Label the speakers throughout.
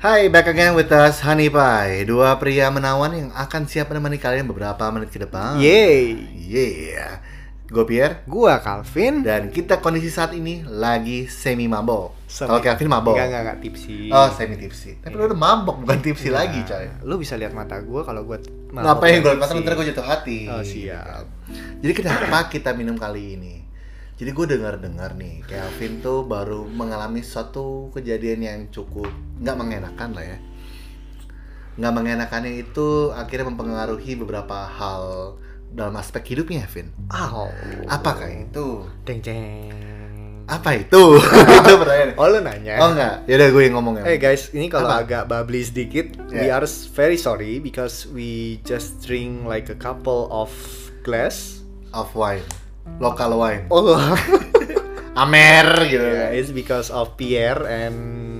Speaker 1: Hai, back again with us, Honey Pie. Dua pria menawan yang akan siap menemani kalian beberapa menit ke depan.
Speaker 2: Yeay.
Speaker 1: Yeah. Gue Pierre.
Speaker 2: Gua Calvin.
Speaker 1: Dan kita kondisi saat ini lagi semi mabok. Kalau Calvin mabok.
Speaker 2: Enggak tipsi.
Speaker 1: Oh, semi tipsi. Tapi lu udah mabok, bukan tipsi lagi, coy.
Speaker 2: Lu bisa lihat mata gua kalau gua mabok.
Speaker 1: Ngapain gue liat mata, ntar gue jatuh hati.
Speaker 2: Oh, siap.
Speaker 1: Jadi kenapa kita minum kali ini? Jadi gue dengar nih, Calvin tuh baru mengalami suatu kejadian yang cukup nggak mengenakan lah ya. Nggak mengenakannya itu akhirnya mempengaruhi beberapa hal dalam aspek hidupnya, Vin. Apakah itu?
Speaker 2: Ceng.
Speaker 1: Apa itu? Itu pertanyaan.
Speaker 2: Oh, lu nanya?
Speaker 1: Oh enggak, yaudah gue yang ngomong ya.
Speaker 2: Hey guys, ini kalau
Speaker 1: Apa?
Speaker 2: agak bubbly sedikit, we are very sorry because we just drink like a couple of glass
Speaker 1: of wine, local wine.
Speaker 2: Oh,
Speaker 1: Amer gitu.
Speaker 2: yeah, it's because of Pierre and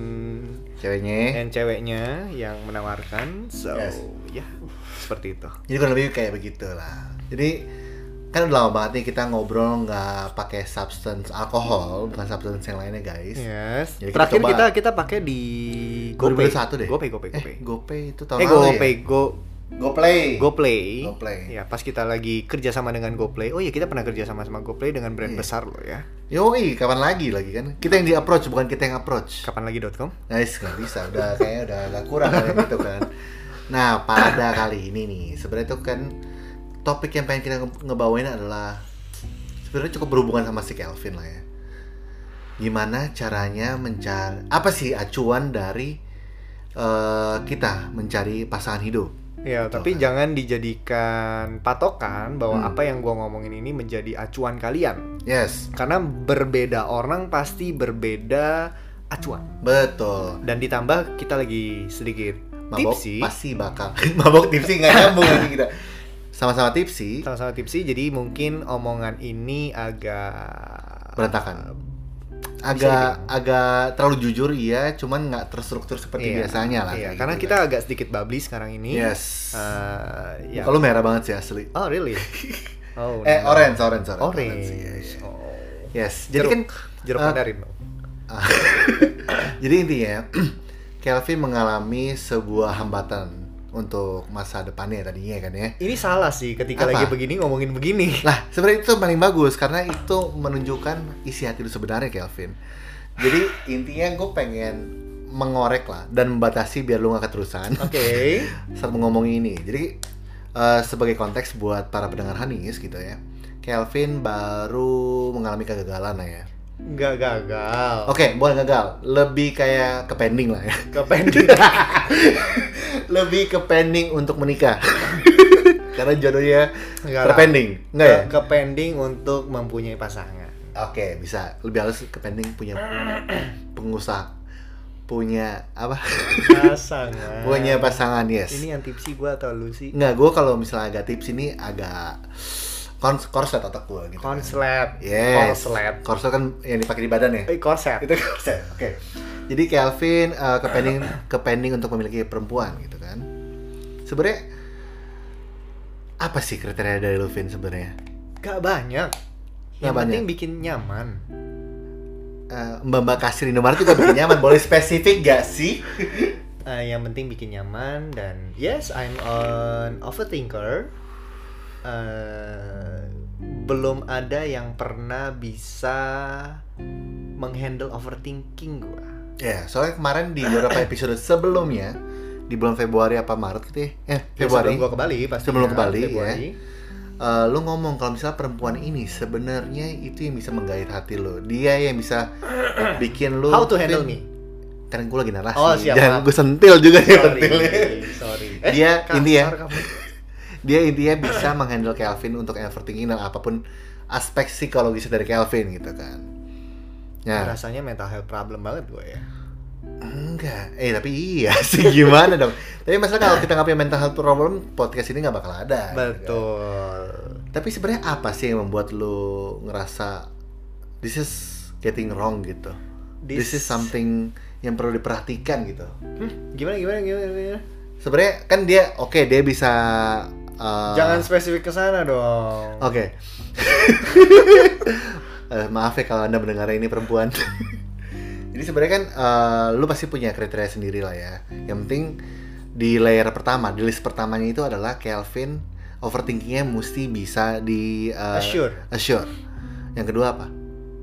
Speaker 1: Ceweknya.
Speaker 2: yang menawarkan. So,
Speaker 1: Yes.
Speaker 2: ya, seperti itu.
Speaker 1: Jadi kurang lebih kayak begitulah. Jadi kan udah lama banget nih kita ngobrol nggak pakai substance alkohol, bukan substance yang lainnya guys.
Speaker 2: Yes.
Speaker 1: Jadi
Speaker 2: Terakhir
Speaker 1: coba-
Speaker 2: kita pakai di
Speaker 1: 2021 deh.
Speaker 2: GoPay.
Speaker 1: GoPay itu tahun lalu ya? GoPlay.
Speaker 2: GoPlay. Ya, pas kita lagi kerja sama dengan GoPlay. Oh iya, kita pernah kerja sama GoPlay dengan brand besar loh ya.
Speaker 1: Yoi, kapan lagi kan? Kita yang di-approach, bukan kita yang approach.
Speaker 2: Kapanlagi.com.
Speaker 1: Guys, nggak bisa. Kayaknya udah agak kurang kayak gitu kan. Nah, pada kali ini nih, sebenarnya itu kan topik yang pengen kita ngebawain adalah sebenarnya cukup berhubungan sama si Calvin lah ya. Gimana caranya mencari, apa sih acuan dari kita mencari pasangan hidup?
Speaker 2: Ya, tapi jangan dijadikan patokan bahwa apa yang gua ngomongin ini menjadi acuan kalian.
Speaker 1: Yes.
Speaker 2: Karena berbeda orang pasti berbeda acuan.
Speaker 1: Betul.
Speaker 2: Dan ditambah kita lagi sedikit
Speaker 1: Mabok
Speaker 2: tipsi.
Speaker 1: pasti bakal mabok tipsi nggak nyambung nanti kita. Sama-sama tipsi.
Speaker 2: Sama-sama tipsi, jadi mungkin omongan ini agak
Speaker 1: Berantakan. Agak terlalu jujur iya, cuman nggak terstruktur seperti biasanya lah.
Speaker 2: Iya,
Speaker 1: kayak
Speaker 2: karena
Speaker 1: gitu
Speaker 2: kita
Speaker 1: kan.
Speaker 2: agak sedikit bubbly sekarang ini.
Speaker 1: Yes.
Speaker 2: Ya.
Speaker 1: Kalau merah banget sih asli.
Speaker 2: Oh, really? Oh,
Speaker 1: Orange.
Speaker 2: Orange.
Speaker 1: Iya, iya.
Speaker 2: Oh.
Speaker 1: Yes. Jadi kan
Speaker 2: jeruk Mandarin.
Speaker 1: jadi intinya Calvin mengalami sebuah hambatan untuk masa depannya tadinya kan ya.
Speaker 2: Ini salah sih ketika
Speaker 1: Apa?
Speaker 2: lagi begini ngomongin begini.
Speaker 1: Lah, sebenarnya itu paling bagus karena itu menunjukkan isi hati lu sebenarnya, Calvin. Jadi intinya gue pengen mengorek lah dan membatasi biar lu gak keterusan.
Speaker 2: Oke.
Speaker 1: Saat ngomongin ini. Jadi sebagai konteks buat para pendengar Hanis gitu ya. Calvin baru mengalami kegagalan lah ya.
Speaker 2: Nggak gagal.
Speaker 1: Oke, bukan gagal, lebih kayak ke pending lah ya.
Speaker 2: Ke pending.
Speaker 1: Lebih ke pending untuk menikah. Karena jodohnya
Speaker 2: Enggak lah.
Speaker 1: terpending. Enggak ya?
Speaker 2: Ke pending untuk mempunyai pasangan.
Speaker 1: Oke, bisa. Lebih halus ke pending punya pengusaha. Punya apa?
Speaker 2: Pasangan.
Speaker 1: Punya pasangan, yes.
Speaker 2: Ini yang tipsi gua atau lu sih?
Speaker 1: Enggak, gue kalau misalnya agak tips ini agak korslet otak gue gitu.
Speaker 2: Konslet.
Speaker 1: Yes.
Speaker 2: Korslet.
Speaker 1: Korslet kan yang dipakai di badan ya?
Speaker 2: Korset.
Speaker 1: Itu korslet. Oke. Jadi Calvin ke pending untuk memiliki perempuan gitu kan. Sebenarnya apa sih kriteria dari lu, Vin, sebenarnya?
Speaker 2: Gak banyak. Yang penting bikin nyaman.
Speaker 1: Mbak kasir Indomaret juga bikin nyaman. Boleh spesifik gak sih?
Speaker 2: Yang penting bikin nyaman dan yes, I'm an overthinker. Belum ada yang pernah bisa menghandle overthinking gua.
Speaker 1: Ya, soalnya kemarin di beberapa episode sebelumnya di bulan Februari apa Maret gitu ya? Februari.
Speaker 2: Sebelum gua ke Bali pasti.
Speaker 1: Sebelum ke Bali,
Speaker 2: Februari.
Speaker 1: Lu ngomong kalau misalnya perempuan ini sebenarnya itu yang bisa menggait hati lo. Dia yang bisa bikin lu
Speaker 2: How to handle me?
Speaker 1: Kan gue lagi narasi.
Speaker 2: Oh, siap,
Speaker 1: jangan
Speaker 2: maaf.
Speaker 1: gue sentil juga nih pentilnya.
Speaker 2: Sorry.
Speaker 1: Dia
Speaker 2: kasar
Speaker 1: intinya
Speaker 2: kamu.
Speaker 1: dia intinya bisa menghandle Calvin untuk overthinking dan apapun aspek psikologis dari Calvin gitu kan. Nah,
Speaker 2: Rasanya mental health problem banget gue ya.
Speaker 1: enggak. Tapi iya sih, gimana dong? Tapi masalah kalau kita nggak punya mental health problem, podcast ini nggak bakal ada. gitu kan.
Speaker 2: Betul.
Speaker 1: Tapi sebenarnya apa sih yang membuat lu ngerasa this is getting wrong gitu? This is something yang perlu diperhatikan gitu.
Speaker 2: Gimana?
Speaker 1: Sebenarnya kan dia dia bisa
Speaker 2: Jangan spesifik ke sana dong.
Speaker 1: Oke. Maaf ya kalau Anda mendengar ini perempuan. Jadi sebenarnya kan lu pasti punya kriteria sendiri lah ya. Yang penting di layer pertama, di list pertamanya itu adalah Kelvin overthinkingnya mesti bisa di assure. Yang kedua apa?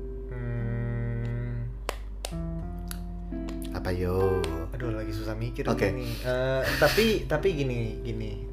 Speaker 1: Apa yo?
Speaker 2: Aduh, lagi susah mikir
Speaker 1: Oke.
Speaker 2: nih. Tapi gini.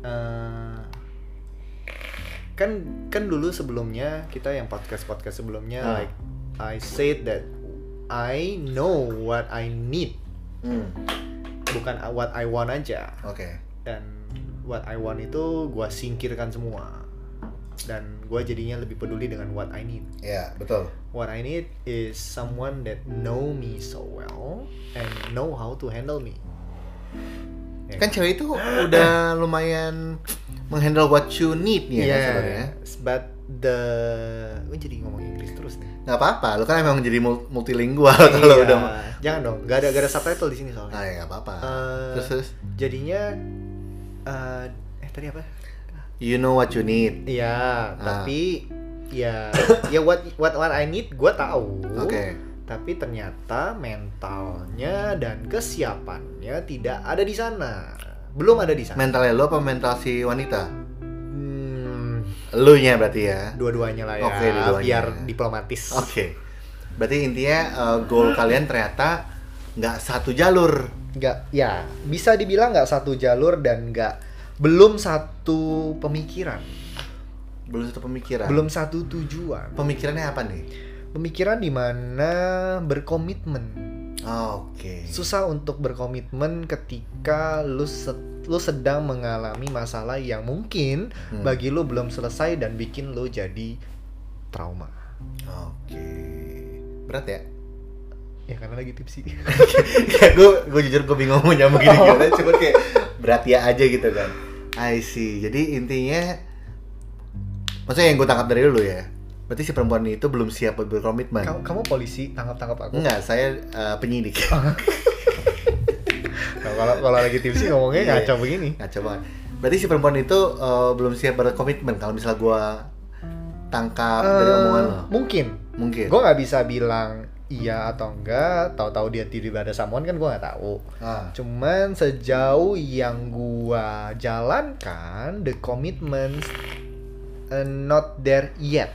Speaker 2: Kan dulu sebelumnya kita yang podcast sebelumnya like I said that I know what I need. Bukan what I want aja.
Speaker 1: Oke.
Speaker 2: Dan what I want itu gua singkirkan semua. Dan gua jadinya lebih peduli dengan what I need.
Speaker 1: Ya, betul.
Speaker 2: What I need is someone that know me so well and know how to handle me. Ya
Speaker 1: Kan cewek itu udah lumayan menghandle what you need nih ya kan sebenarnya.
Speaker 2: But gue jadi ngomong Inggris terus nih.
Speaker 1: Nggak apa-apa, lu kan emang jadi multilingual kalau udah.
Speaker 2: Jangan dong, gak ada subtitle di sini soalnya.
Speaker 1: Ah ya nggak apa-apa. Terus.
Speaker 2: Jadinya tadi apa?
Speaker 1: You know what you need.
Speaker 2: Iya, tapi ya what I need gue tahu.
Speaker 1: Oke.
Speaker 2: Tapi ternyata mentalnya dan kesiapannya tidak ada di sana. Belum ada di sana.
Speaker 1: Mentalnya lo apa mental si wanita? Lu nya berarti ya.
Speaker 2: Dua-duanya lah ya.
Speaker 1: Oke, dua-duanya.
Speaker 2: Biar diplomatis.
Speaker 1: Oke. Berarti intinya goal kalian ternyata nggak satu jalur.
Speaker 2: Nggak, ya bisa dibilang nggak satu jalur dan belum satu pemikiran.
Speaker 1: Belum satu pemikiran.
Speaker 2: Belum satu tujuan.
Speaker 1: Pemikirannya apa nih?
Speaker 2: Pemikiran dimana berkomitmen.
Speaker 1: Oke.
Speaker 2: Susah untuk berkomitmen ketika lu sedang mengalami masalah yang mungkin bagi lu belum selesai dan bikin lu jadi trauma.
Speaker 1: Oke. Berat ya?
Speaker 2: Ya karena lagi tipsi.
Speaker 1: Gue jujur gue bingung mau nyambung gini-gini, cuma kayak berat ya aja gitu kan. I see. Jadi intinya, maksudnya yang gue tangkap dari dulu ya, berarti si perempuan itu belum siap berkomitmen.
Speaker 2: Kamu polisi, tangkap aku?
Speaker 1: Enggak, saya penyidik.
Speaker 2: Kalau lagi tipsi ngomongnya ngaco begini.
Speaker 1: Ngaco banget. Berarti si perempuan itu belum siap berkomitmen kalau misalnya gue tangkap dari omongan lo.
Speaker 2: Mungkin. Gue nggak bisa bilang iya atau enggak. Tahu-tahu dia tiba-tiba ada someone kan gue nggak tahu. Cuman sejauh yang gue jalankan, the commitment not there yet.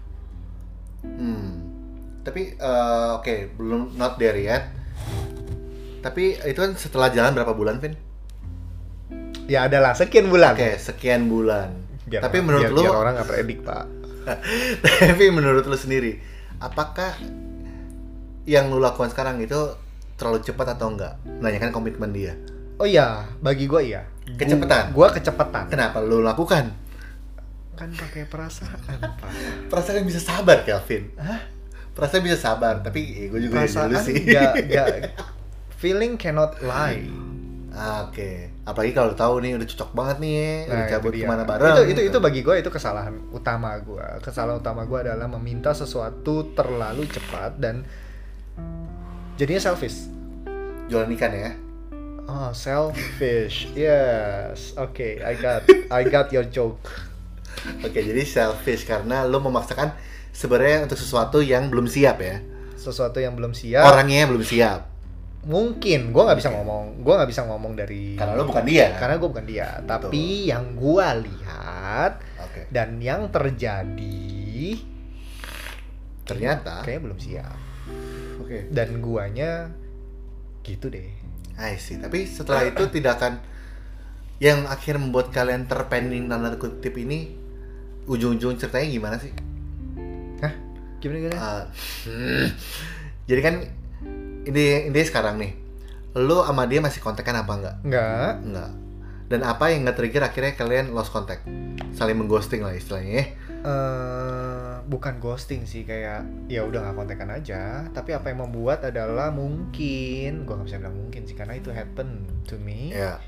Speaker 1: Tapi oke, belum not there yet. Tapi itu kan setelah jalan berapa bulan, Vin?
Speaker 2: Ya adalah sekian bulan.
Speaker 1: Oke, sekian bulan. Tapi
Speaker 2: biar
Speaker 1: menurut lu
Speaker 2: orang nggak predik, Pak.
Speaker 1: Tapi menurut lu sendiri, apakah yang lu lakukan sekarang itu terlalu cepat atau enggak? Menanyakan komitmen dia.
Speaker 2: Oh iya, bagi gue iya.
Speaker 1: Kecepatan.
Speaker 2: Gua kecepatan.
Speaker 1: Kenapa lu lakukan?
Speaker 2: Kan pakai perasaan, Pak.
Speaker 1: Perasaan bisa sabar, Kelvin. Hah? Perasaan bisa sabar, tapi gue juga
Speaker 2: perasaan
Speaker 1: dulu sih.
Speaker 2: Feeling cannot lie.
Speaker 1: Oke. Apalagi kalau tahu nih udah cocok banget nih, udah cabut kemana bareng.
Speaker 2: Itu bagi gue itu kesalahan utama gue. Kesalahan utama gue adalah meminta sesuatu terlalu cepat dan jadinya selfish.
Speaker 1: Jualan ikan ya?
Speaker 2: Oh, selfish. Yes. Oke, I got your joke.
Speaker 1: Oke, jadi selfish karena lo memaksakan sebenarnya untuk sesuatu yang belum siap ya.
Speaker 2: Sesuatu yang belum siap.
Speaker 1: Orangnya belum siap.
Speaker 2: Mungkin, gue nggak bisa ngomong dari.
Speaker 1: Karena lo bukan dia.
Speaker 2: Karena gue bukan dia. Tapi yang gue lihat dan yang terjadi,
Speaker 1: ternyata
Speaker 2: kayaknya belum siap.
Speaker 1: Oke.
Speaker 2: Dan guanya gitu deh.
Speaker 1: I see. Tapi setelah itu tidak akan yang akhir membuat kalian terpending tanda kutip ini, ujung-ujung ceritanya gimana sih?
Speaker 2: Hah? Gimana?
Speaker 1: Jadi kan ini sekarang nih, lu sama dia masih kontekan apa enggak? Enggak. Dan apa yang nge-trigger akhirnya kalian lost contact? Saling mengghosting lah istilahnya.
Speaker 2: Bukan ghosting sih, kayak ya udah nggak kontekan aja. Tapi apa yang membuat adalah mungkin, gue nggak bisa bilang mungkin sih karena itu happen to me.
Speaker 1: Yeah.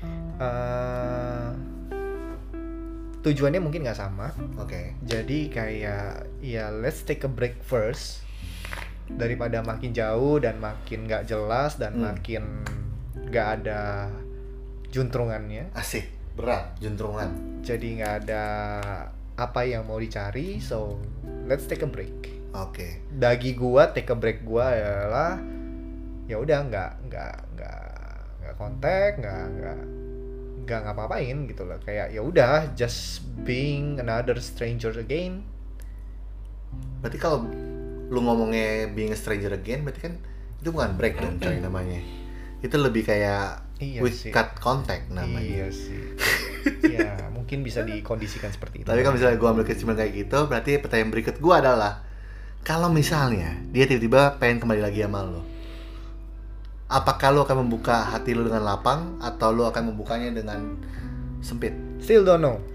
Speaker 2: Tujuannya mungkin nggak sama.
Speaker 1: Oke.
Speaker 2: Jadi kayak ya let's take a break first. Daripada makin jauh dan makin nggak jelas dan makin nggak ada juntrungannya.
Speaker 1: Asik, berat juntrungan.
Speaker 2: Jadi nggak ada apa yang mau dicari, so let's take a break.
Speaker 1: Oke.
Speaker 2: Bagi gua take a break gua adalah ya udah nggak kontak, nggak ngapa-ngapain gitu loh, kayak ya udah just being another stranger again.
Speaker 1: Berarti kalau lu ngomongnya being a stranger again, berarti kan itu bukan break dong coy namanya. Itu lebih kayak we cut contact namanya.
Speaker 2: Iya sih. Ya mungkin bisa dikondisikan seperti itu.
Speaker 1: Tapi kalau misalnya gue ambil kesimpulan kayak gitu, berarti pertanyaan berikut gue adalah, kalau misalnya dia tiba-tiba pengen kembali lagi sama lo, apakah lo akan membuka hati lo dengan lapang atau lo akan membukanya dengan sempit?
Speaker 2: Still don't know.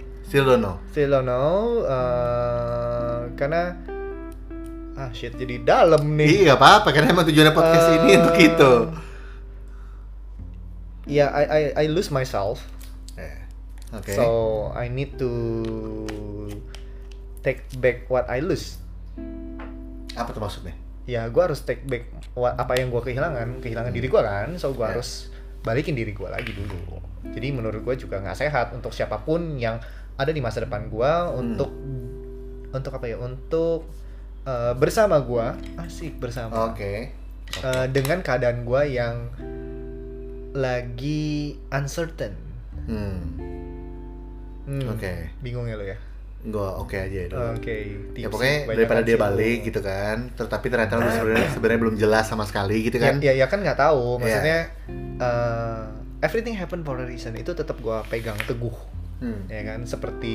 Speaker 2: Karena shit jadi dalam nih.
Speaker 1: Iya, gak apa-apa, karena emang tujuannya podcast ini untuk itu.
Speaker 2: Ya, I lose myself.
Speaker 1: Okay.
Speaker 2: So I need to take back what I lose.
Speaker 1: Apa tuh maksudnya?
Speaker 2: Ya, gue harus take back apa yang gue kehilangan diri gue kan. So gue harus balikin diri gue lagi dulu. Jadi menurut gue juga nggak sehat untuk siapapun yang ada di masa depan gue untuk apa ya? Untuk bersama gue, asik bersama.
Speaker 1: Oke.
Speaker 2: Dengan keadaan gue yang lagi uncertain.
Speaker 1: Oke.
Speaker 2: Bingung ya lo ya?
Speaker 1: Gue oke aja itu. Ya
Speaker 2: Tips
Speaker 1: pokoknya daripada dia balik gitu kan, tapi ternyata lu sebenarnya belum jelas sama sekali gitu kan?
Speaker 2: Ya kan nggak tahu. Maksudnya everything happen for a reason, itu tetap gue pegang teguh. Ya kan, seperti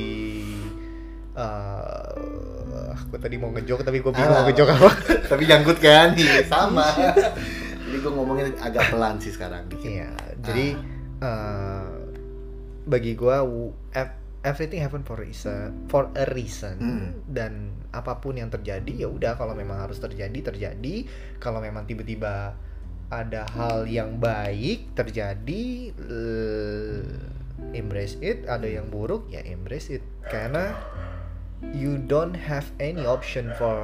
Speaker 2: gue tadi mau ngejok tapi gue bingung mau ngejok apa.
Speaker 1: Tapi jangkut kan? Iya, sama. Jadi gue ngomongin agak pelan sih sekarang.
Speaker 2: Iya, jadi bagi gue everything happen for a reason. Dan apapun yang terjadi ya udah, kalau memang harus terjadi. Kalau memang tiba-tiba ada hal yang baik terjadi, embrace it. Ada yang buruk ya embrace it, karena you don't have any option for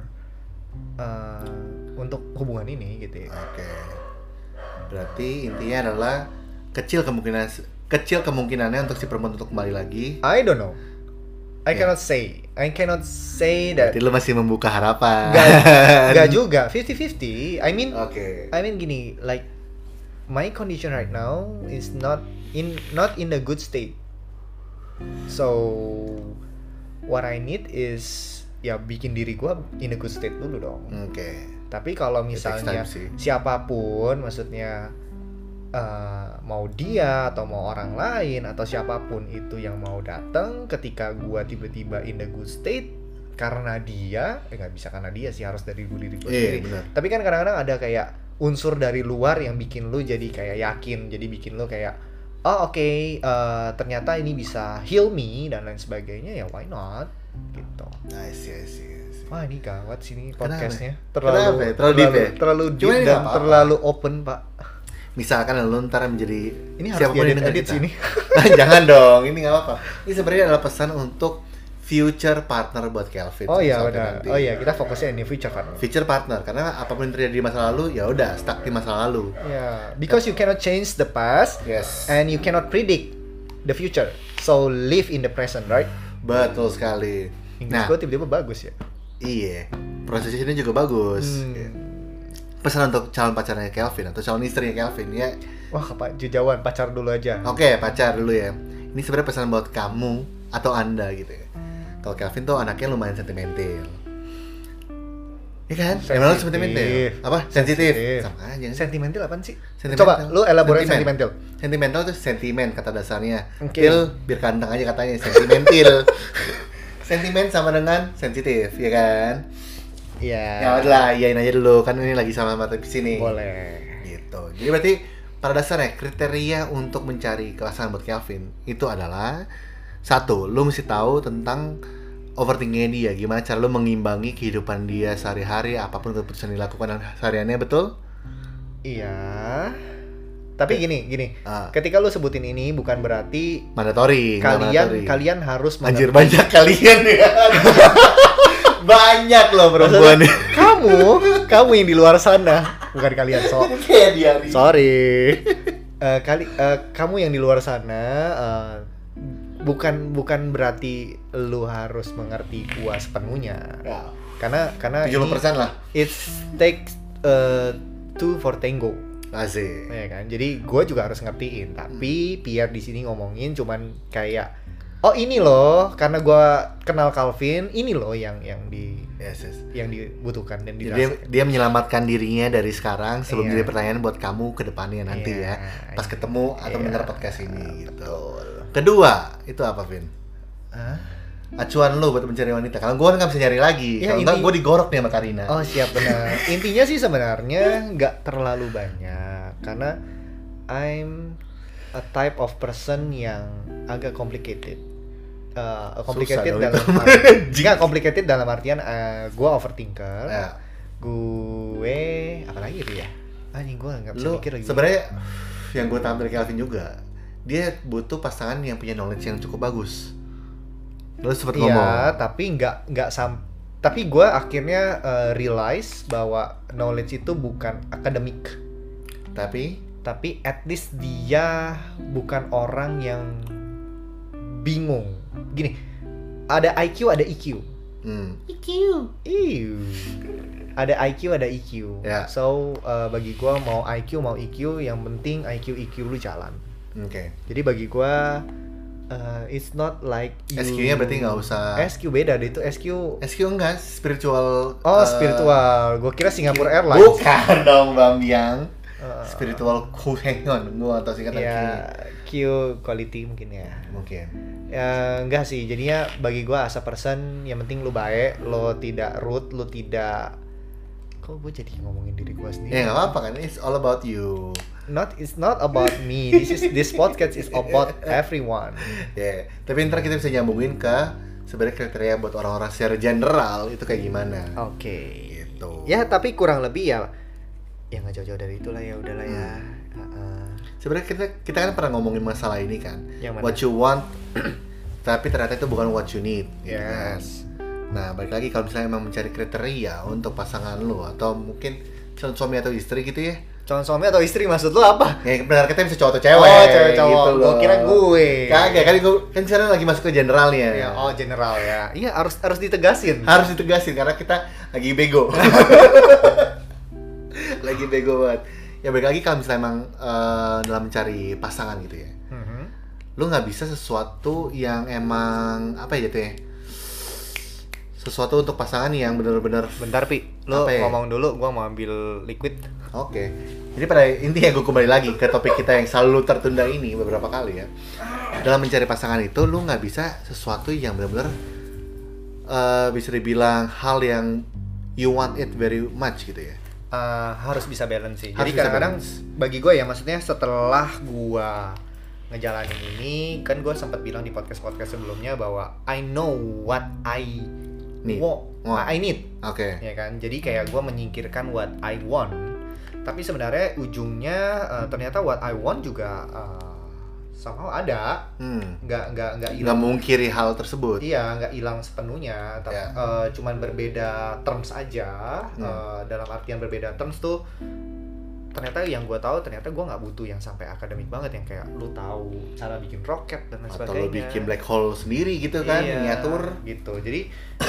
Speaker 2: untuk hubungan ini gitu ya.
Speaker 1: Oke. Berarti intinya adalah kecil kemungkinannya untuk si perempuan untuk kembali lagi.
Speaker 2: I don't know. I cannot say that.
Speaker 1: Berarti lu masih membuka harapan.
Speaker 2: Gak juga, 50-50. I mean gini, like my condition right now is not in a good state. So what I need is ya bikin diri gue in a good state dulu dong. Tapi kalau misalnya siapapun, maksudnya mau dia atau mau orang lain atau siapapun itu yang mau datang ketika gue tiba-tiba in a good state karena dia, nggak bisa karena dia sih, harus dari diri gue sendiri. Tapi kan kadang-kadang ada kayak unsur dari luar yang bikin lu jadi kayak yakin, jadi bikin lu kayak ternyata ini bisa heal me dan lain sebagainya, ya why not gitu.
Speaker 1: I see.
Speaker 2: Wah, ini gawat sini podcastnya.
Speaker 1: Terlalu
Speaker 2: deep dan terlalu open, Pak.
Speaker 1: Misalkan lu ntar menjadi
Speaker 2: ini harus diedit sini.
Speaker 1: Jangan dong, ini nggak apa-apa. Ini sebenarnya adalah pesan untuk future partner buat Kelvin.
Speaker 2: Oh iya benar. Oh iya, kita fokusnya ini future partner.
Speaker 1: Future partner, karena apapun yang terjadi di masa lalu ya udah stuck di masa lalu.
Speaker 2: Because you cannot change the past.
Speaker 1: Yes.
Speaker 2: And you cannot predict the future. So live in the present, right?
Speaker 1: Betul sekali.
Speaker 2: Inggris gue tiba-tiba bagus ya.
Speaker 1: Iya. Prosesnya ini juga bagus. Pesan untuk calon pacarnya Kelvin atau calon istrinya Kelvin ya.
Speaker 2: Wah, jauhan, pacar dulu aja.
Speaker 1: Oke, pacar dulu ya. Ini sebenarnya pesan buat kamu atau Anda gitu ya. Kalau Kelvin tuh anaknya lumayan sentimental. Iya kan? Emang lu sentimental? Apa? Sensitif. Sama aja.
Speaker 2: Sentimental apaan sih? Coba lu elaborasi sentimental.
Speaker 1: Sentimental tuh sentimen kata dasarnya. Til biar kantang aja katanya, sentimental. Sentimen sama dengan sensitif, ya kan?
Speaker 2: Iya.
Speaker 1: Ya udah, iyain aja dulu, kan ini lagi sama mata di sini.
Speaker 2: Boleh.
Speaker 1: Gitu. Jadi berarti pada dasarnya kriteria untuk mencari pasangan buat Kelvin itu adalah satu, lu mesti tahu tentang overthinking dia, gimana cara lu mengimbangi kehidupan dia sehari-hari, apapun keputusan dilakukan sehariannya, betul?
Speaker 2: Iya. Tapi gini. Ketika lu sebutin ini bukan berarti
Speaker 1: mandatory.
Speaker 2: Kalian harus
Speaker 1: anjir banyak kalian ya. Banyak loh perempuan.
Speaker 2: Kamu yang di luar sana, bukan kalian. Sorry. Kamu yang di luar sana bukan berarti lu harus mengerti gua sepenuhnya. Ya. Karena
Speaker 1: 70% lah.
Speaker 2: It takes two for tango.
Speaker 1: Asik.
Speaker 2: Ya kan, jadi gue juga harus ngertiin. Tapi Pierre di sini ngomongin cuman kayak, oh ini loh, karena gue kenal Calvin, ini loh yang yang dibutuhkan dan
Speaker 1: jadi dia menyelamatkan dirinya dari sekarang sebelum jadi pertanyaan buat kamu ke depannya nanti ya, pas ketemu atau mendengar podcast ini gitu. Kedua itu apa, Vin? Acuan lu buat mencari wanita. Kalau gue nggak bisa nyari lagi. Kalau nggak gue digorok nih sama Karina.
Speaker 2: Oh siap, benar. Intinya sih sebenarnya nggak terlalu banyak karena I'm a type of person yang agak complicated. Complicated dalam artian gue overthinker. Gue apa lagi tuh ya? Anjing gue nggak bisa mikir lagi. Sebenarnya
Speaker 1: yang gue tahu dari Calvin juga, dia butuh pasangan yang punya knowledge yang cukup bagus. Lu sempet ngomong.
Speaker 2: Iya, tapi gue akhirnya realize bahwa knowledge itu bukan akademik. Tapi at least dia bukan orang yang bingung. Gini, ada IQ, ada EQ. EQ. Ada IQ, ada EQ.
Speaker 1: Yeah.
Speaker 2: So bagi gue mau IQ mau EQ, yang penting IQ EQ lu jalan.
Speaker 1: Oke.
Speaker 2: Jadi bagi gue it's not like
Speaker 1: SQ-nya berarti nggak usah.
Speaker 2: SQ beda deh, itu SQ
Speaker 1: enggak, spiritual.
Speaker 2: Spiritual. Gue kira Singapore Airlines.
Speaker 1: Bukan dong, Bambiang. Spiritual hang-on. Gue atau singkatan
Speaker 2: Q quality mungkin ya.
Speaker 1: Mungkin.
Speaker 2: Enggak sih. Jadinya bagi gue as a person yang penting lu baik, lo tidak rude, lo tidak. Kok gue jadi ngomongin diri gue sendiri?
Speaker 1: Ya nggak apa-apa kan, it's all about you.
Speaker 2: It's not about me. This podcast is about everyone.
Speaker 1: Ya, tapi ntar kita bisa nyambungin ke sebenarnya kriteria buat orang-orang secara general itu kayak gimana.
Speaker 2: Oke.
Speaker 1: Gitu.
Speaker 2: Ya tapi kurang lebih ya nggak jauh-jauh dari itulah ya, udahlah ya.
Speaker 1: Sebenarnya kita kan pernah ngomongin masalah ini kan. What you want, tapi ternyata itu bukan what you need.
Speaker 2: Yes.
Speaker 1: Nah, balik lagi kalau misalnya emang mencari kriteria untuk pasangan lo atau mungkin calon suami atau istri gitu ya.
Speaker 2: Calon suami atau istri maksud lo apa?
Speaker 1: Ya benar, kita bisa cowok atau cewek.
Speaker 2: Oh, cewek cowok.
Speaker 1: Gitu
Speaker 2: gue kira gue.
Speaker 1: Kagak, kan sekarang lagi masuk ke generalnya.
Speaker 2: Ya, general ya. Iya, harus ditegasin.
Speaker 1: Harus ditegasin karena kita lagi bego. Lagi bego banget. Ya balik lagi kalau misalnya emang dalam mencari pasangan gitu ya. Lu nggak bisa sesuatu yang emang apa ya gitu ya. Sesuatu untuk pasangan yang benar-benar.
Speaker 2: Bentar Pi, lu ngomong dulu, gua mau ambil liquid.
Speaker 1: Oke. Jadi pada intinya gue kembali lagi ke topik kita yang selalu tertunda ini beberapa kali ya. Dalam mencari pasangan itu lu nggak bisa sesuatu yang benar-benar bisa dibilang hal yang you want it very much gitu ya.
Speaker 2: Harus bisa balance sih. Jadi kadang-kadang bagi gue ya, maksudnya setelah gue ngejalanin ini, kan gue sempat bilang di podcast sebelumnya bahwa I know what I need. I need.
Speaker 1: Oke.
Speaker 2: Ya kan. Jadi kayak gue menyingkirkan what I want. Tapi sebenarnya ujungnya ternyata what I want juga somehow ada. Nggak hilang.
Speaker 1: Nggak mungkiri hal tersebut.
Speaker 2: Iya, nggak hilang sepenuhnya. Tapi cuman berbeda terms aja. Dalam artian berbeda terms tuh, ternyata yang gue tahu ternyata gue nggak butuh yang sampai akademik banget, yang kayak lu tahu cara bikin roket dan lain sebagainya.
Speaker 1: Atau lu bikin black hole sendiri gitu kan, miniatur
Speaker 2: gitu. Jadi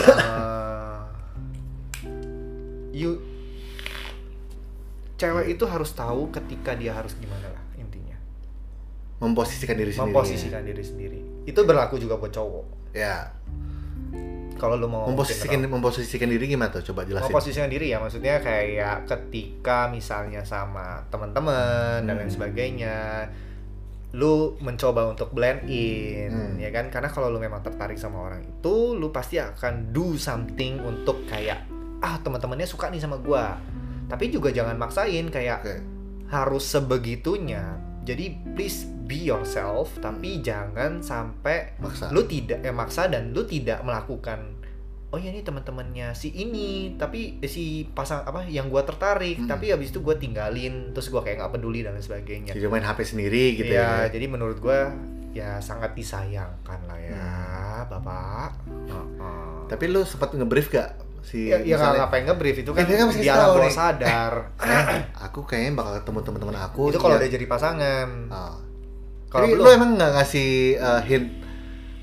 Speaker 2: cewek itu harus tahu ketika dia harus gimana lah intinya.
Speaker 1: Memposisikan diri sendiri.
Speaker 2: Itu berlaku juga buat cowok.
Speaker 1: Ya.
Speaker 2: Kalau lu mau
Speaker 1: memposisikan diri gimana tuh? Coba jelasin.
Speaker 2: Memposisikan diri ya, maksudnya kayak ketika misalnya sama teman-teman dan lain sebagainya, lu mencoba untuk blend in, ya kan? Karena kalau lu memang tertarik sama orang itu, lu pasti akan do something untuk kayak teman-temannya suka nih sama gua. Tapi juga jangan maksain kayak harus sebegitunya. Jadi please be yourself, tapi jangan sampai lu tidak maksa dan lu tidak melakukan ya ini teman-temannya si ini, tapi si pasang yang gua tertarik, tapi habis itu gua tinggalin, terus gua kayak nggak peduli dan lain sebagainya.
Speaker 1: Jadi main HP sendiri gitu ya.
Speaker 2: Jadi menurut gua ya sangat disayangkan lah ya, Bapak.
Speaker 1: Tapi lu sempat nge-brief gak?
Speaker 2: Ya ngapain nge-brief, itu kan di alam bawah sadar.
Speaker 1: Aku kayaknya bakal ketemu teman-teman aku.
Speaker 2: Itu kalau udah jadi pasangan.
Speaker 1: Kalau lu emang nggak ngasih hint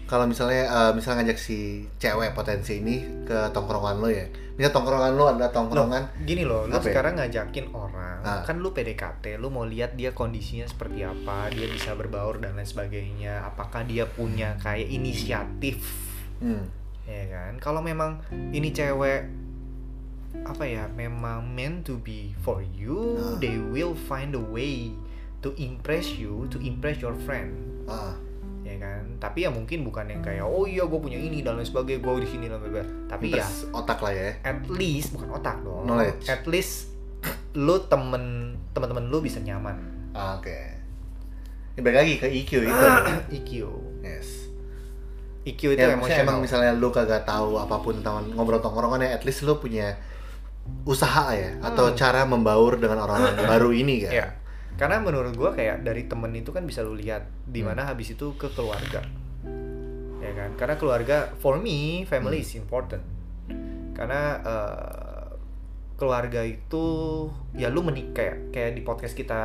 Speaker 1: kalau misalnya ngajak si cewek potensi ini ke tongkrongan lo ya. Misal tongkrongan lo adalah tongkrongan.
Speaker 2: Gini loh, lu
Speaker 1: apa ya?
Speaker 2: sekarang ngajakin orang, kan lu PDKT, lu mau lihat dia kondisinya seperti apa, dia bisa berbaur dan lain sebagainya, apakah dia punya kayak inisiatif. Ya kan? Kalau memang ini cewek apa ya, memang meant to be for you, they will find a way to impress you, to impress your friend. Ya kan, tapi ya mungkin bukan yang kayak oh iya gue punya ini dan lain sebagainya, gue di sini dan lain-lain. Tapi ya
Speaker 1: otak lah ya.
Speaker 2: At least bukan otak dong.
Speaker 1: Knowledge.
Speaker 2: At least lu temen-temen lu bisa nyaman.
Speaker 1: Oke. Ini balik lagi ke EQ itu.
Speaker 2: EQ.
Speaker 1: Yes.
Speaker 2: EQ itu ya, emosional.
Speaker 1: Emang misalnya lu kagak tahu apapun tentang ngobrol tongkrongan ya, at least lu punya usaha ya atau cara membaur dengan orang baru ini kan.
Speaker 2: Iya. Karena menurut gue kayak dari temen itu kan bisa lu lihat di mana habis itu ke keluarga, ya kan? Karena keluarga, for me, family is important. Karena keluarga itu ya lu kayak di podcast kita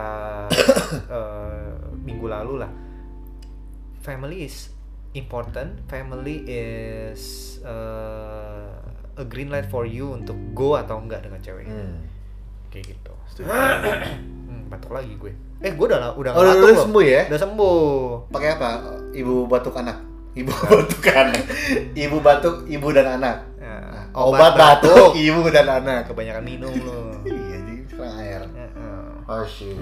Speaker 2: minggu lalu lah. Family is important. Family is a green light for you untuk go atau enggak dengan cewek. Kayak gitu. Batuk lagi gue. Gue udah
Speaker 1: udah sembuh ya?
Speaker 2: Udah sembuh.
Speaker 1: Pakai apa? Ibu batuk anak. Ibu batuk anak. Ibu batuk ibu dan anak.
Speaker 2: Ya,
Speaker 1: obat batuk ibu dan anak.
Speaker 2: Kebanyakan minum lo.
Speaker 1: Iya, jadi kurang air. Oh shit.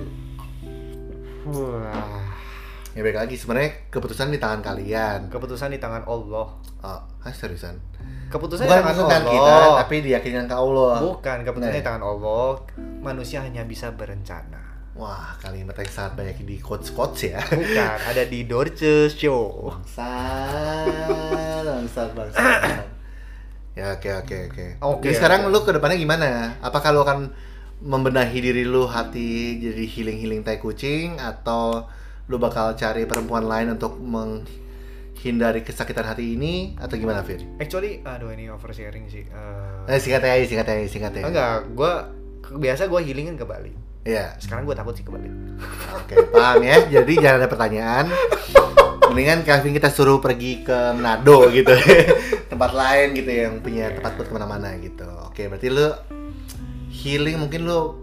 Speaker 2: Wah.
Speaker 1: Ya baik lagi, sebenarnya keputusan di tangan kalian.
Speaker 2: Keputusan di tangan Allah.
Speaker 1: Seriusan.
Speaker 2: Keputusan
Speaker 1: bukan
Speaker 2: di tangan Allah.
Speaker 1: Kita, tapi diyakinkan ke Allah.
Speaker 2: Bukan, keputusan di tangan Allah. Manusia hanya bisa berencana.
Speaker 1: Wah, kalimat yang sangat banyak di quotes ya.
Speaker 2: Bukan, ada di Dorce Show.
Speaker 1: Bangsat. Ya, oke. Jadi sekarang lu ke depannya gimana? Apakah lu akan membenahi diri lu, hati jadi healing tai kucing, atau lu bakal cari perempuan lain untuk menghindari kesakitan hati ini, atau gimana, Fir?
Speaker 2: Actually, ini oversharing sih.
Speaker 1: Singkat aja.
Speaker 2: Enggak, biasa gue healing kan ke Bali.
Speaker 1: Iya.
Speaker 2: Sekarang gue takut sih ke Bali.
Speaker 1: Oke, paham ya. Jadi jangan ada pertanyaan. Mendingan Calvin kita suruh pergi ke Manado gitu. Tempat lain gitu yang punya tempat buat kemana-mana gitu. Oke, berarti lu healing mungkin lu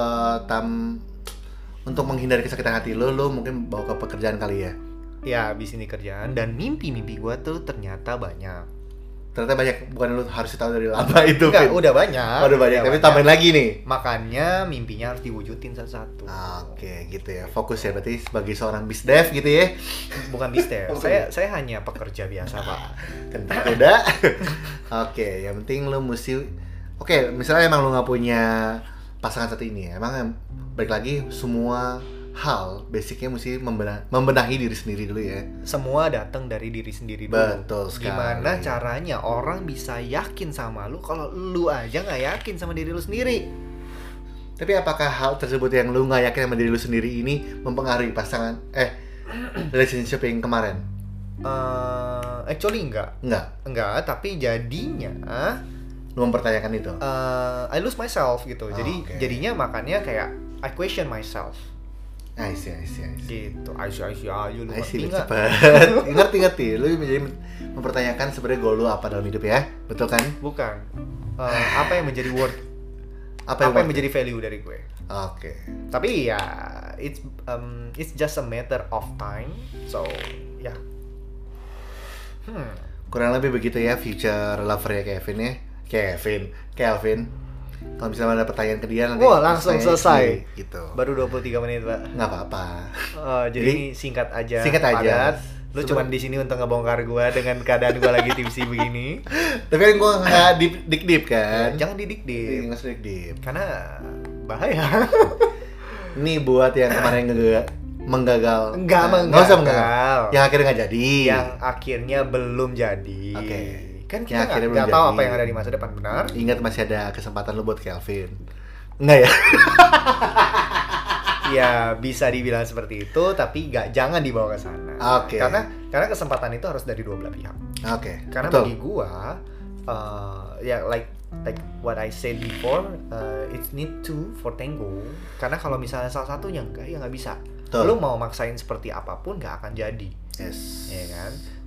Speaker 1: untuk menghindari kesakitan hati lu mungkin bawa ke pekerjaan kali ya.
Speaker 2: Ya, abis ini kerjaan dan mimpi gue tuh ternyata banyak.
Speaker 1: Ternyata banyak, bukan lu harus tahu dari lama itu.
Speaker 2: Enggak, udah banyak.
Speaker 1: Tapi tambahin lagi nih.
Speaker 2: Makanya mimpinya harus diwujudin satu-satu.
Speaker 1: Oke, gitu ya. Fokus ya berarti sebagai seorang bisdev gitu ya.
Speaker 2: Bukan bisdev. saya hanya pekerja biasa, Pak.
Speaker 1: Kentang kuda. Oke, yang penting lu mesti misalnya emang lu enggak punya pasangan saat ini ya. Emang balik lagi semua hal basicnya mesti membenahi diri sendiri dulu ya.
Speaker 2: Semua datang dari diri sendiri dulu.
Speaker 1: Betul sekali.
Speaker 2: Gimana caranya orang bisa yakin sama lu kalau lu aja nggak yakin sama diri lu sendiri?
Speaker 1: Tapi apakah hal tersebut yang lu nggak yakin sama diri lu sendiri ini mempengaruhi pasangan relationship yang kemarin?
Speaker 2: Actually enggak, tapi jadinya
Speaker 1: lu mempertanyakan itu.
Speaker 2: I lose myself gitu. Jadinya makanya kayak I question myself.
Speaker 1: I see.
Speaker 2: Gitu. I see ayo lu ngerti
Speaker 1: enggak? Ngerti. Lu jadi mempertanyakan sebenarnya goal lu apa dalam hidup ya? Betul kan?
Speaker 2: Bukan. Apa yang menjadi worth? Apa yang menjadi value dari gue?
Speaker 1: Oke.
Speaker 2: Tapi ya it's just a matter of time. So, ya.
Speaker 1: Kurang lebih begitu ya future lover ya Kevin ya. Kelvin. Kalau misalnya ada pertanyaan ke dia nanti
Speaker 2: langsung selesai
Speaker 1: gitu.
Speaker 2: Baru 23 menit, Pak.
Speaker 1: Nggak apa-apa.
Speaker 2: Jadi singkat aja.
Speaker 1: Padat.
Speaker 2: Lu cuma di sini untuk ngebongkar gua dengan keadaan gua lagi tipsi begini.
Speaker 1: Tapi kan gua nggak deep kan.
Speaker 2: Jangan didik-dik.
Speaker 1: Nggak deep.
Speaker 2: Karena bahaya.
Speaker 1: Ini buat yang kemarin menggagal.
Speaker 2: Nggak
Speaker 1: usah menggagal. Yang akhirnya nggak jadi.
Speaker 2: Yang akhirnya belum jadi.
Speaker 1: Oke.
Speaker 2: Kan kita nggak tahu apa yang ada di masa depan, benar?
Speaker 1: Ingat masih ada kesempatan lu buat Kelvin. Enggak ya?
Speaker 2: Ya bisa dibilang seperti itu, tapi jangan dibawa ke sana.
Speaker 1: Oke.
Speaker 2: Karena kesempatan itu harus dari dua belah pihak.
Speaker 1: Oke.
Speaker 2: Karena
Speaker 1: betul.
Speaker 2: Bagi gua, like what I said before, it's need to for tango. Karena kalau misalnya salah satunya enggak, ya nggak bisa. Betul. Lu mau maksain seperti apapun nggak akan jadi.
Speaker 1: Yes.
Speaker 2: Ya kan?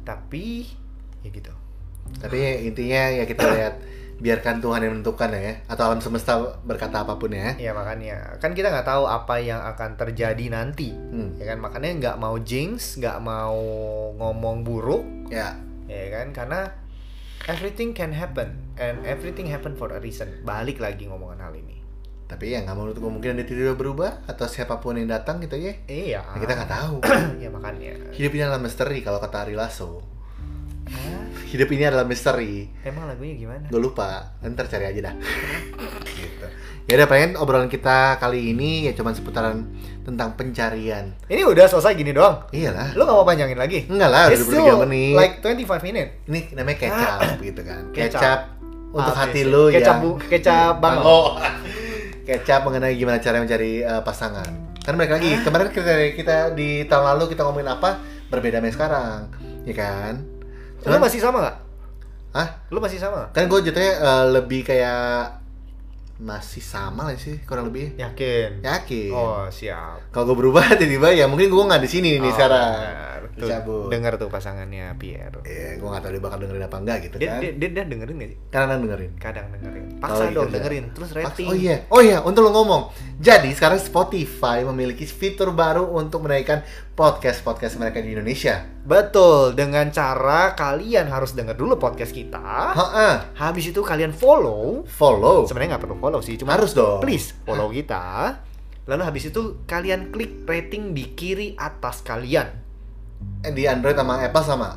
Speaker 2: Tapi ya gitu.
Speaker 1: Tapi intinya ya kita lihat, biarkan Tuhan yang menentukan ya, atau alam semesta berkata apapun ya.
Speaker 2: Ya makanya kan kita nggak tahu apa yang akan terjadi nanti, ya kan, makanya nggak mau jinx, nggak mau ngomong buruk, ya kan, karena everything can happen and everything happen for a reason. Balik lagi ngomongan hal ini.
Speaker 1: Tapi ya nggak mau nutup kemungkinan dia tiba-tiba berubah atau siapapun yang datang gitu ya.
Speaker 2: Iya.
Speaker 1: Nah, kita nggak tahu.
Speaker 2: Ya makanya.
Speaker 1: Hidup ini adalah misteri kalau kata Ari Lasso. Hidup ini adalah misteri.
Speaker 2: Emang lagunya gimana?
Speaker 1: Gue lupa, ntar cari aja dah. Gitu. Ya udah, pengen obrolan kita kali ini ya cuman seputaran tentang pencarian.
Speaker 2: Ini udah selesai gini doang?
Speaker 1: Iyalah.
Speaker 2: Lu gak mau panjangin lagi?
Speaker 1: Enggak lah, udah 23 menit.
Speaker 2: Like 25 minutes.
Speaker 1: Ini namanya kecap gitu kan. Kecap untuk hati
Speaker 2: sih.
Speaker 1: lu
Speaker 2: Kecap banget.
Speaker 1: Oh. Kecap mengenai gimana cara mencari pasangan. Kan balik lagi, kemarin kita di tahun lalu kita ngomongin apa, berbeda sama sekarang. Ya kan?
Speaker 2: Lu masih sama gak?
Speaker 1: Hah?
Speaker 2: Lu masih sama gak?
Speaker 1: Kan gue jatuhnya lebih kayak masih sama lah sih, kurang lebih.
Speaker 2: Yakin? Oh, siap.
Speaker 1: Kalau gue berubah tiba-tiba ya mungkin gue nggak di sini nih sekarang.
Speaker 2: Tuh, denger tuh pasangannya Pierre.
Speaker 1: Iya, gue nggak tahu dia bakal dengerin apa enggak gitu kan.
Speaker 2: Dia dengerin nggak sih?
Speaker 1: Kadang dengerin.
Speaker 2: Paksa dong dengerin, terus rating.
Speaker 1: Oh iya, untuk lo ngomong. Jadi sekarang Spotify memiliki fitur baru untuk menaikkan podcast mereka di Indonesia.
Speaker 2: Betul, dengan cara kalian harus denger dulu podcast kita. Habis itu kalian follow. Sebenarnya nggak perlu follow sih, cuma
Speaker 1: harus dong.
Speaker 2: Please follow kita. Lalu habis itu kalian klik rating di kiri atas kalian.
Speaker 1: Di Android sama Apple sama.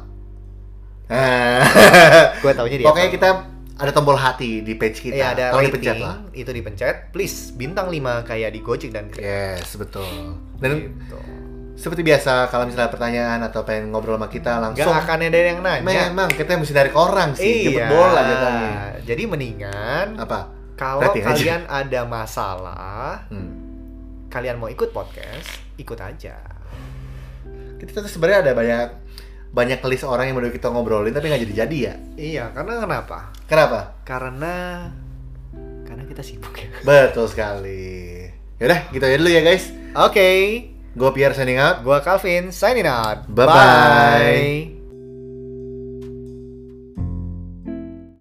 Speaker 2: Gue taunya di
Speaker 1: pokoknya
Speaker 2: Apple.
Speaker 1: kita ada tombol hati di page kita.
Speaker 2: Iya, ada
Speaker 1: rating,
Speaker 2: dipencet lah. Itu dipencet, please bintang 5 kayak di Gojek dan Grab.
Speaker 1: Yes, betul. Dan
Speaker 2: gitu.
Speaker 1: Seperti biasa, kalau misalnya ada pertanyaan atau pengen ngobrol sama kita langsung,
Speaker 2: gak akan ada yang nanya.
Speaker 1: Memang kita mesti dari orang sih, jemput bola jadinya.
Speaker 2: Jadi mendingan
Speaker 1: apa?
Speaker 2: Kalau kalian ada masalah, kalian mau ikut podcast, ikut aja.
Speaker 1: Kita tuh sebenarnya ada banyak list orang yang mau kita ngobrolin tapi nggak jadi ya.
Speaker 2: Iya, karena kenapa? Karena kita sibuk ya.
Speaker 1: Betul sekali. Yaudah, gitu ya dulu ya guys.
Speaker 2: Oke.
Speaker 1: Gue Pierre signing out.
Speaker 2: Gue Calvin signing out.
Speaker 1: Bye-bye.